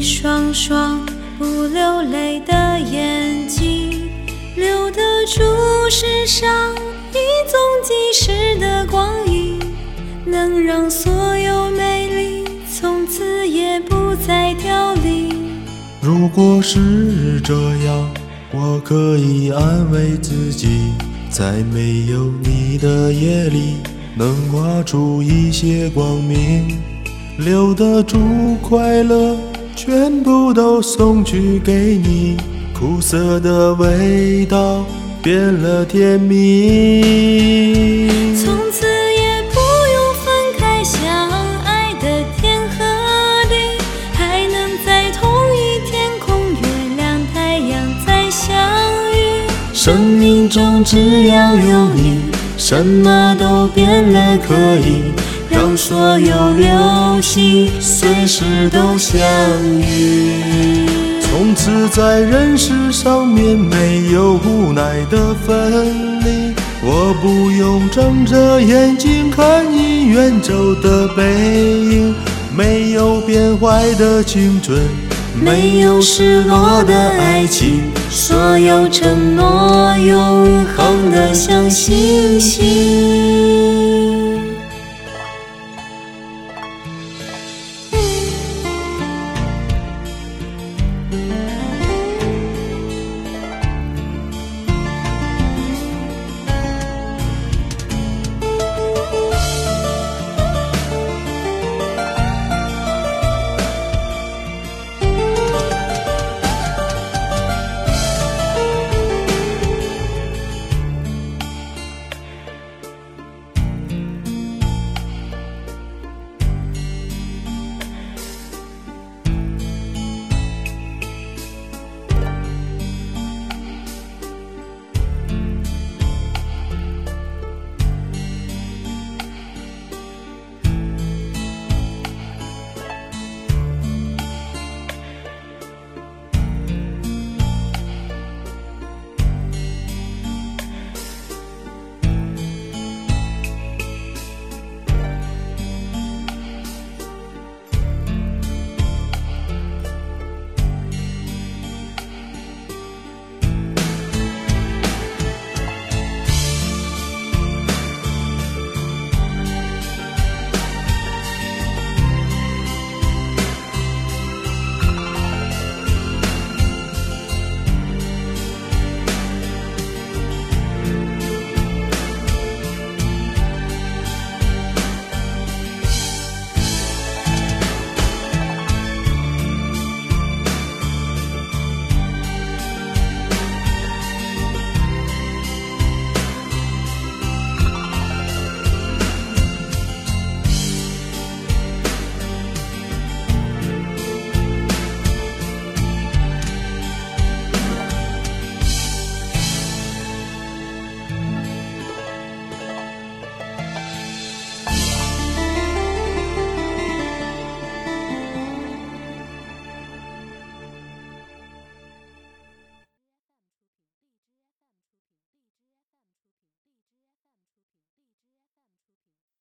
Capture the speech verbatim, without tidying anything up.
双双不流泪的眼睛，留得住世上一纵即逝的光阴，能让所有美丽从此也不再凋零。 如果是这样，我可以安慰自己，在没有你的夜里，能画出一些光明，留得住快乐，全部都送去给你，苦涩的味道变了甜蜜。 从此也不用分开，相爱的天和地，还能在同一天空，月亮太阳再相遇。 生命中只要有你，什么都变了，可以让所有流星随时都相遇。从此在人世上面没有无奈的分离，我不用睁着眼睛看你远走的背影，没有变坏的青春，没有失落的爱情，所有承诺永恒的像星星。